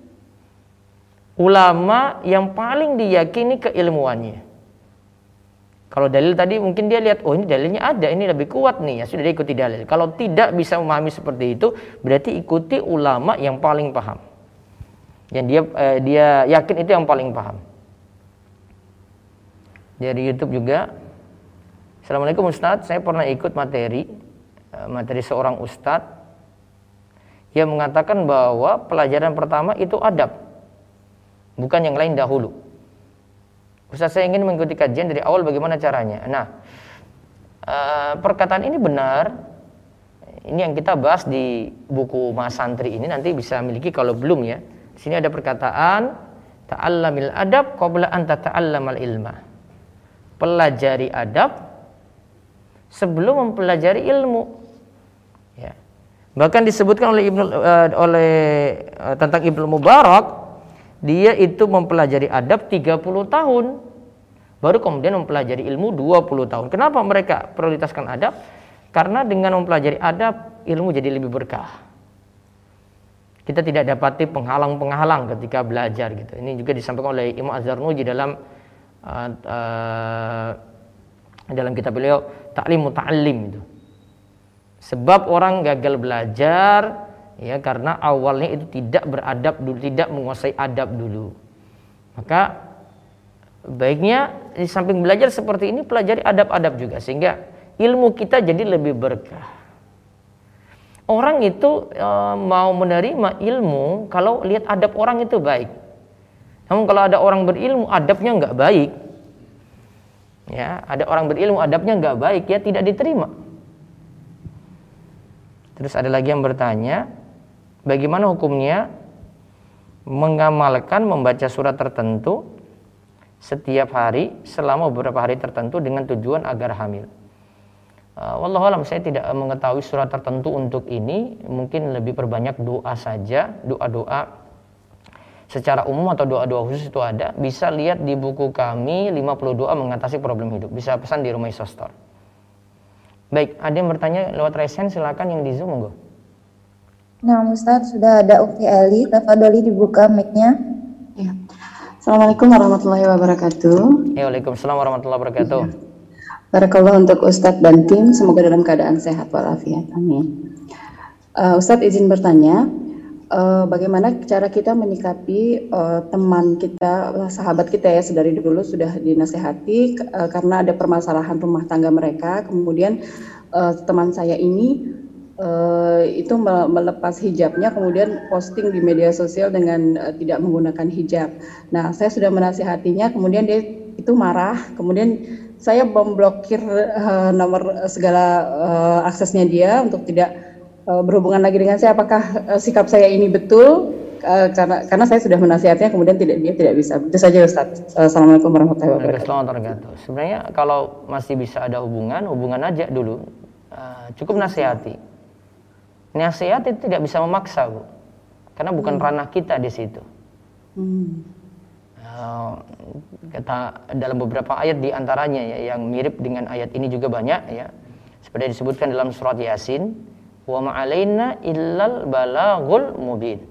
[SPEAKER 1] ulama yang paling diyakini keilmuannya. Kalau dalil tadi mungkin dia lihat, oh ini dalilnya ada, ini lebih kuat nih, ya sudah dia ikuti dalil. Kalau tidak bisa memahami seperti itu, berarti ikuti ulama yang paling paham. Yang dia eh, dia yakin itu yang paling paham. Dari YouTube juga. Assalamualaikum Ustadz, saya pernah ikut materi materi seorang ustadz yang mengatakan bahwa pelajaran pertama itu adab, bukan yang lain dahulu. Ustaz, saya ingin mengikuti kajian dari awal, bagaimana caranya? Nah, uh, perkataan ini benar. Ini yang kita bahas di buku Mas Santri ini, nanti bisa miliki kalau belum ya. Di sini ada perkataan ta'allamil adab qabla an tata'allamal ilma. Pelajari adab sebelum mempelajari ilmu. Ya. Bahkan disebutkan oleh Ibnu uh, oleh uh, tentang Ibnu Mubarak, dia itu mempelajari adab tiga puluh tahun, baru kemudian mempelajari ilmu dua puluh tahun. Kenapa mereka prioritaskan adab? Karena dengan mempelajari adab, ilmu jadi lebih berkah. Kita tidak dapati penghalang-penghalang ketika belajar gitu. Ini juga disampaikan oleh Imam Az-Zarnuji dalam uh, uh, dalam kitab beliau Ta'lim Muta'allim itu. Sebab orang gagal belajar ya karena awalnya itu tidak beradab dulu, tidak menguasai adab dulu. Maka baiknya di samping belajar seperti ini, pelajari adab-adab juga sehingga ilmu kita jadi lebih berkah. Orang itu e, mau menerima ilmu kalau lihat adab orang itu baik. Namun kalau ada orang berilmu adabnya nggak baik, ya ada orang berilmu adabnya nggak baik, ya tidak diterima. Terus ada lagi yang bertanya, bagaimana hukumnya mengamalkan membaca surat tertentu setiap hari selama beberapa hari tertentu dengan tujuan agar hamil? Uh, Wallahualam, saya tidak mengetahui surat tertentu untuk ini. Mungkin lebih perbanyak doa saja, doa-doa secara umum atau doa-doa khusus itu ada. Bisa lihat di buku kami lima puluh doa mengatasi problem hidup. Bisa pesan di Rumah Isostor. Baik, ada yang bertanya lewat resen, silakan yang di Zoom monggo.
[SPEAKER 4] Nah, Ustadz, sudah ada Ukti Eli, tafadholi dibuka mic-nya.
[SPEAKER 5] Ya. Assalamualaikum warahmatullahi wabarakatuh.
[SPEAKER 1] Ya, waalaikumsalam warahmatullahi wabarakatuh. Ya.
[SPEAKER 5] Barakallah untuk Ustadz dan tim, semoga dalam keadaan sehat walafiat. Amin. Uh, Ustadz izin bertanya, uh, bagaimana cara kita menyikapi uh, teman kita, sahabat kita ya, dari dulu sudah dinasehati uh, karena ada permasalahan rumah tangga mereka, kemudian uh, teman saya ini Uh, itu melepas hijabnya, kemudian posting di media sosial dengan uh, tidak menggunakan hijab. Nah, saya sudah menasihatinya, kemudian dia itu marah, kemudian saya memblokir uh, nomor uh, segala uh, aksesnya dia untuk tidak uh, berhubungan lagi dengan saya. Apakah uh, sikap saya ini betul? Uh, karena karena saya sudah menasihatinya, kemudian tidak dia tidak bisa. Itu saja Ustaz. Assalamualaikum warahmatullahi wabarakatuh.
[SPEAKER 1] Sebenarnya kalau masih bisa ada hubungan, hubungan aja dulu. Uh, cukup nasihati. Nasihat itu tidak bisa memaksa, Bu, karena bukan hmm. ranah kita di situ. Hmm. Uh, kata dalam beberapa ayat diantaranya ya, yang mirip dengan ayat ini juga banyak ya, seperti disebutkan dalam surat Yasin, wa ma'alaina illal balaghul mubin.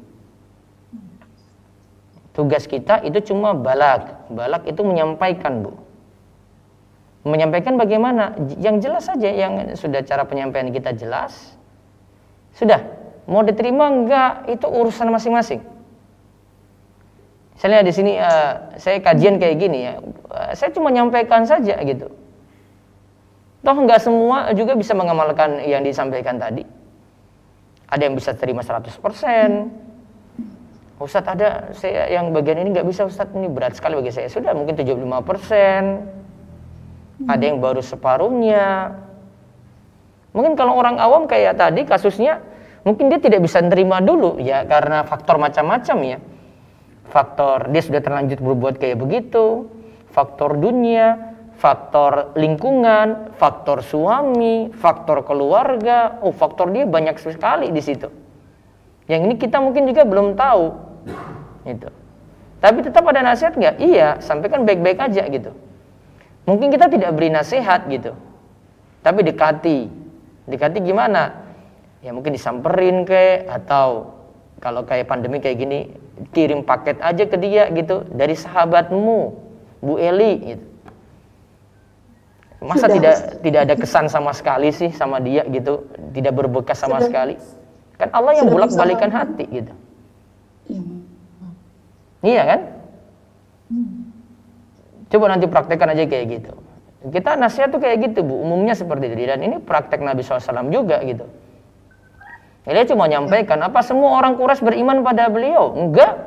[SPEAKER 1] Tugas kita itu cuma balag. Balag itu menyampaikan, Bu. Menyampaikan bagaimana? Yang jelas saja, yang sudah cara penyampaian kita jelas. Sudah, mau diterima enggak itu urusan masing-masing. Misalnya di sini uh, saya kajian kayak gini ya, uh, saya cuma nyampaikan saja gitu. Toh nggak semua juga bisa mengamalkan yang disampaikan tadi. Ada yang bisa terima seratus persen. Ustadz ada saya yang bagian ini nggak bisa, Ustadz ini berat sekali bagi saya. Sudah mungkin tujuh puluh lima persen. Ada yang baru separuhnya. Mungkin kalau orang awam kayak tadi kasusnya, mungkin dia tidak bisa nerima dulu ya karena faktor macam-macam ya. Faktor dia sudah terlanjur berbuat kayak begitu, faktor dunia, faktor lingkungan, faktor suami, faktor keluarga. Oh, faktor dia banyak sekali di situ. Yang ini kita mungkin juga belum tahu. Gitu. Tapi tetap ada nasihat nggak? Iya, sampaikan baik-baik aja gitu. Mungkin kita tidak beri nasihat gitu, tapi dekati. Dekati gimana? Ya mungkin disamperin ke, atau kalau kayak pandemi kayak gini, kirim paket aja ke dia gitu dari sahabatmu, Bu Eli gitu. Masa Sudah, tidak Ustaz. tidak ada kesan sama sekali sih sama dia gitu, tidak berbekas sama Sudah. sekali. Kan Allah yang bolak-balikan hati gitu. Ya. Iya kan? Hmm. Coba nanti praktekkan aja kayak gitu. Kita nasihat tuh kayak gitu Bu, umumnya seperti itu. Dan ini praktek Nabi shallallahu alaihi wasallam juga gitu. Dia cuma nyampaikan, apa semua orang Quraisy beriman pada beliau? Enggak.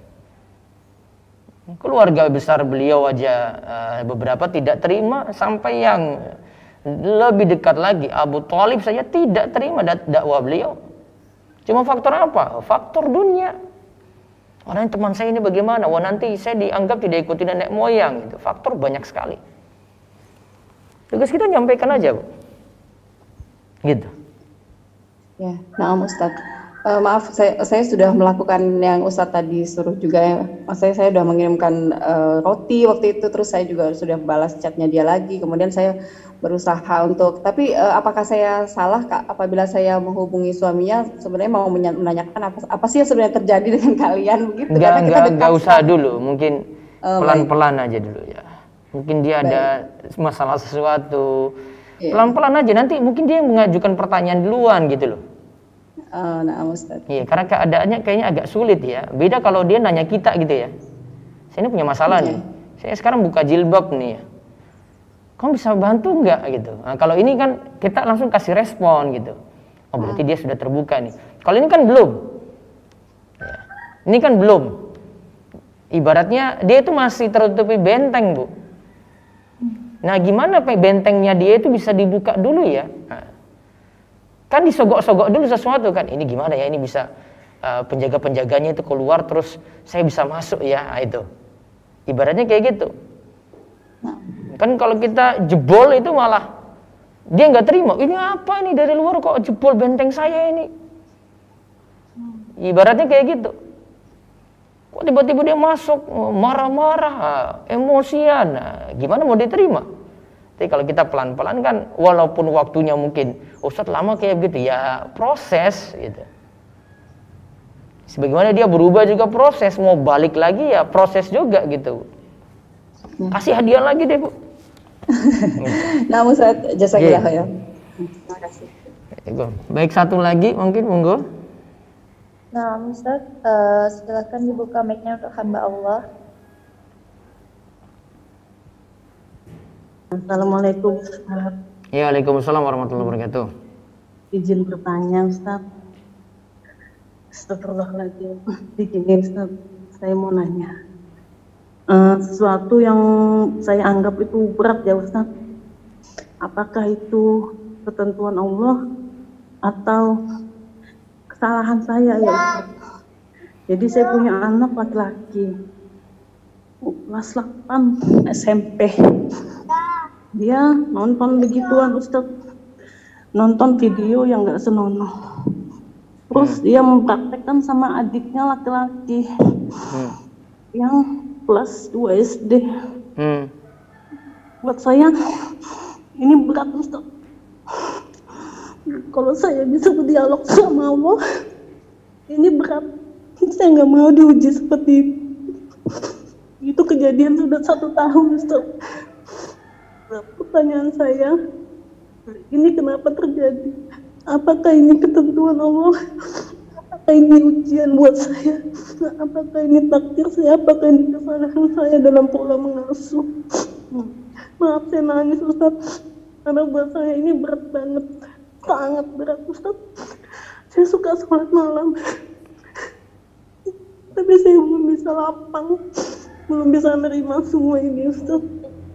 [SPEAKER 1] Keluarga besar beliau aja uh, beberapa tidak terima, sampai yang lebih dekat lagi Abu Thalib saja tidak terima dak- dakwah beliau. Cuma faktor apa? Faktor dunia. Orang teman saya ini bagaimana? Wah nanti saya dianggap tidak ikuti nenek moyang gitu. Faktor banyak sekali. Tugas kita nyampaikan aja Bu. Gitu.
[SPEAKER 5] Ya, nah Ustadz, uh, maaf saya saya sudah melakukan yang Ustadz tadi suruh juga ya. Saya saya sudah mengirimkan uh, roti waktu itu, terus saya juga sudah balas chatnya dia lagi. Kemudian saya berusaha untuk, tapi uh, apakah saya salah Kak apabila saya menghubungi suaminya sebenarnya mau menanyakan apa apa sih yang sebenarnya terjadi dengan kalian begitu?
[SPEAKER 1] Enggak enggak enggak usah dulu, mungkin uh, pelan-pelan baik. aja dulu ya. Mungkin dia baik. ada masalah sesuatu. Pelan-pelan aja, nanti mungkin dia mengajukan pertanyaan duluan gitu loh.
[SPEAKER 5] Oh, nah Ustaz.
[SPEAKER 1] Iya, karena keadaannya kayaknya agak sulit ya. Beda kalau dia nanya kita gitu ya. Saya ini punya masalah okay. nih. Saya sekarang buka jilbab nih ya. Kamu bisa bantu nggak gitu? Nah, kalau ini kan kita langsung kasih respon gitu. Oh berarti ah. dia sudah terbuka nih. Kalau ini kan belum. Ya. Ini kan belum. Ibaratnya dia itu masih tertutupi benteng Bu. Nah gimana Pak bentengnya dia itu bisa dibuka dulu ya? Nah, kan disogok-sogok dulu sesuatu kan. Ini gimana ya? Ini bisa uh, penjaga-penjaganya itu keluar terus saya bisa masuk ya. Nah, itu. Ibaratnya kayak gitu. Kan kalau kita jebol itu malah dia nggak terima. Ini apa ini dari luar kok jebol benteng saya ini? Ibaratnya kayak gitu. Kok tiba-tiba dia masuk marah-marah, emosian, nah, gimana mau diterima? Tapi kalau kita pelan-pelan kan, walaupun waktunya mungkin, Ustadz lama kayak begitu, ya proses gitu. Sebagaimana dia berubah juga proses, mau balik lagi ya proses juga gitu. Kasih hadiah lagi deh Bu.
[SPEAKER 5] Nah Ustadz, jazakallah ya. Terima kasih.
[SPEAKER 1] Baik satu lagi mungkin monggo.
[SPEAKER 4] Nah, Ustaz, uh, silakan dibuka mic-nya untuk hamba Allah.
[SPEAKER 6] Assalamualaikum.
[SPEAKER 1] Ya, Waalaikumsalam warahmatullahi wabarakatuh.
[SPEAKER 6] Izin bertanya, Ustaz. Astagfirullahaladzim. Begini, Ustaz, saya mau nanya. Uh, sesuatu yang saya anggap itu berat ya, Ustaz. Apakah itu ketentuan Allah atau kesalahan saya ya Ustaz. Jadi saya punya anak laki-laki kelas delapan S M P. Dia nonton begituan Ustaz, nonton video yang gak senonoh. Terus dia mempraktekkan sama adiknya laki-laki hmm. yang kelas dua S D. hmm. Buat saya ini berat Ustaz. Kalau saya bisa berdialog sama Allah, ini berat. Saya nggak mau diuji seperti itu. Itu kejadian sudah satu tahun, Ustaz. Pertanyaan saya, ini kenapa terjadi? Apakah ini ketentuan Allah? apakah ini ujian buat saya? Apakah ini takdir saya? Apakah ini kesalahan saya dalam pola mengasuh? Hmm. Maaf saya nangis Ustaz, karena buat saya ini berat banget, sangat berat Ustaz. Saya suka sholat malam, tapi saya belum bisa lapang, belum bisa menerima semua ini Ustaz.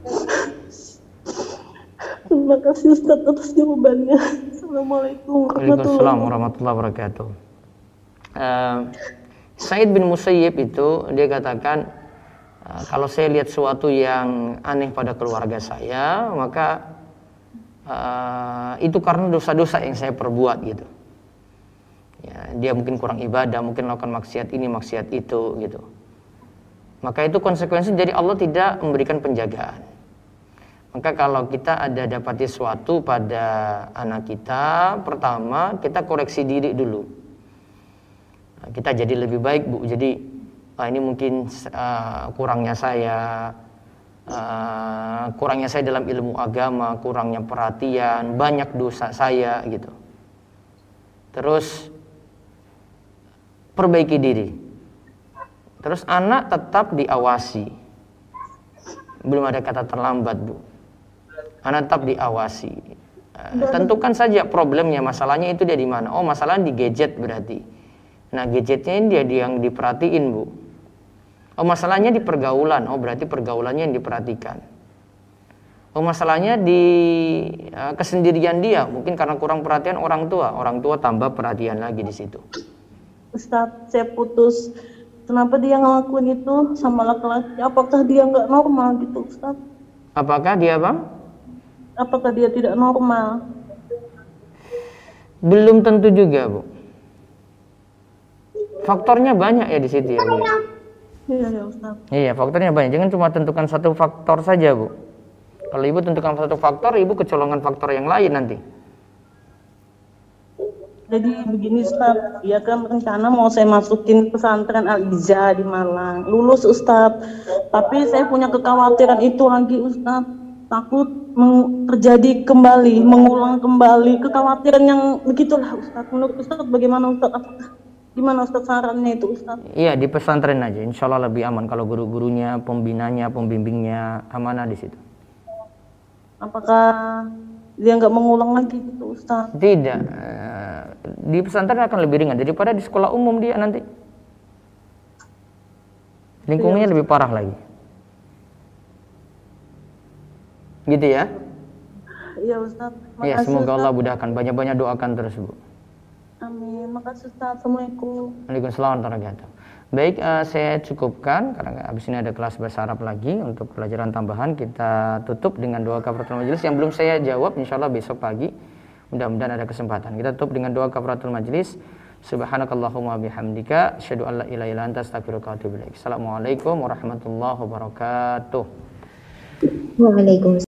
[SPEAKER 6] Terima kasih Ustaz atas jawabannya. Assalamualaikum
[SPEAKER 1] Waalaikumsalam warahmatullahi wabarakatuh. Uh, Said bin Musayyib itu dia katakan, uh, kalau saya lihat sesuatu yang aneh pada keluarga saya, maka uh, itu karena dosa-dosa yang saya perbuat gitu. Ya, dia mungkin kurang ibadah, mungkin melakukan maksiat ini, maksiat itu gitu. Maka itu konsekuensi dari Allah tidak memberikan penjagaan. Maka kalau kita ada dapati sesuatu pada anak kita, pertama kita koreksi diri dulu. Nah, kita jadi lebih baik Bu. Jadi ah, ini mungkin uh, kurangnya saya, uh, kurangnya saya dalam ilmu agama, kurangnya perhatian, banyak dosa saya gitu. Terus perbaiki diri. Terus anak tetap diawasi. Belum ada kata terlambat Bu. Anak tetap diawasi. Uh, tentukan saja problemnya, masalahnya itu dia di mana. Oh, masalahnya di gadget berarti. Nah, gadgetnya ini dia yang diperhatiin Bu. Oh, masalahnya di pergaulan. Oh, berarti pergaulannya yang diperhatikan. Oh, masalahnya di uh, kesendirian dia. Mungkin karena kurang perhatian orang tua. Orang tua tambah perhatian lagi di situ.
[SPEAKER 6] Ustaz, saya putus. Kenapa dia ngelakuin itu sama laki-laki? Apakah dia nggak normal gitu Ustaz?
[SPEAKER 1] Apakah dia Bang?
[SPEAKER 6] Apakah dia tidak normal?
[SPEAKER 1] Belum tentu juga Bu. Faktornya banyak ya di situ ya Bu.
[SPEAKER 6] Iya ya Ustaz.
[SPEAKER 1] Iya, faktornya banyak. Jangan cuma tentukan satu faktor saja Bu. Kalau Ibu tentukan satu faktor, Ibu kecolongan faktor yang lain nanti.
[SPEAKER 6] Jadi begini Ustaz, dia kan rencana mau saya masukin pesantren Al-Iza di Malang. Lulus Ustaz. Tapi saya punya kekhawatiran itu lagi Ustaz. Takut terjadi kembali, mengulang kembali kekhawatiran yang begitulah Ustaz. Menurut Ustaz bagaimana Ustaz? Apakah gimana Ustaz sarannya itu Ustaz?
[SPEAKER 1] Iya, di pesantren aja. Insya Allah lebih aman kalau guru-gurunya, pembinanya, pembimbingnya amanah di situ.
[SPEAKER 6] Apakah dia nggak mengulang lagi gitu Ustaz?
[SPEAKER 1] Tidak. Di pesantren akan lebih ringan daripada di sekolah umum dia nanti. Lingkungannya lebih parah lagi. Gitu ya?
[SPEAKER 6] Iya Ustaz.
[SPEAKER 1] Iya, semoga
[SPEAKER 6] Ustaz.
[SPEAKER 1] Allah mudahkan. Banyak-banyak doakan terus Bu.
[SPEAKER 6] Amin. Makasih Ustaz. Assalamualaikum.
[SPEAKER 1] Waalaikumsalam warahmatullahi wabarakatuh. Baik, uh, saya cukupkan karena habis ini ada kelas bahasa Arab lagi untuk pelajaran tambahan. Kita tutup dengan doa kafaratul majelis yang belum saya jawab. Insya Allah besok pagi. Mudah-mudahan ada kesempatan. Kita tutup dengan doa kafaratul majelis. Subhanakallahumma bihamdika asyhadu an la ilaha illa anta astaghfiruka wa atubu ilaik. Assalamualaikum warahmatullahi wabarakatuh.
[SPEAKER 4] Waalaikumsalam.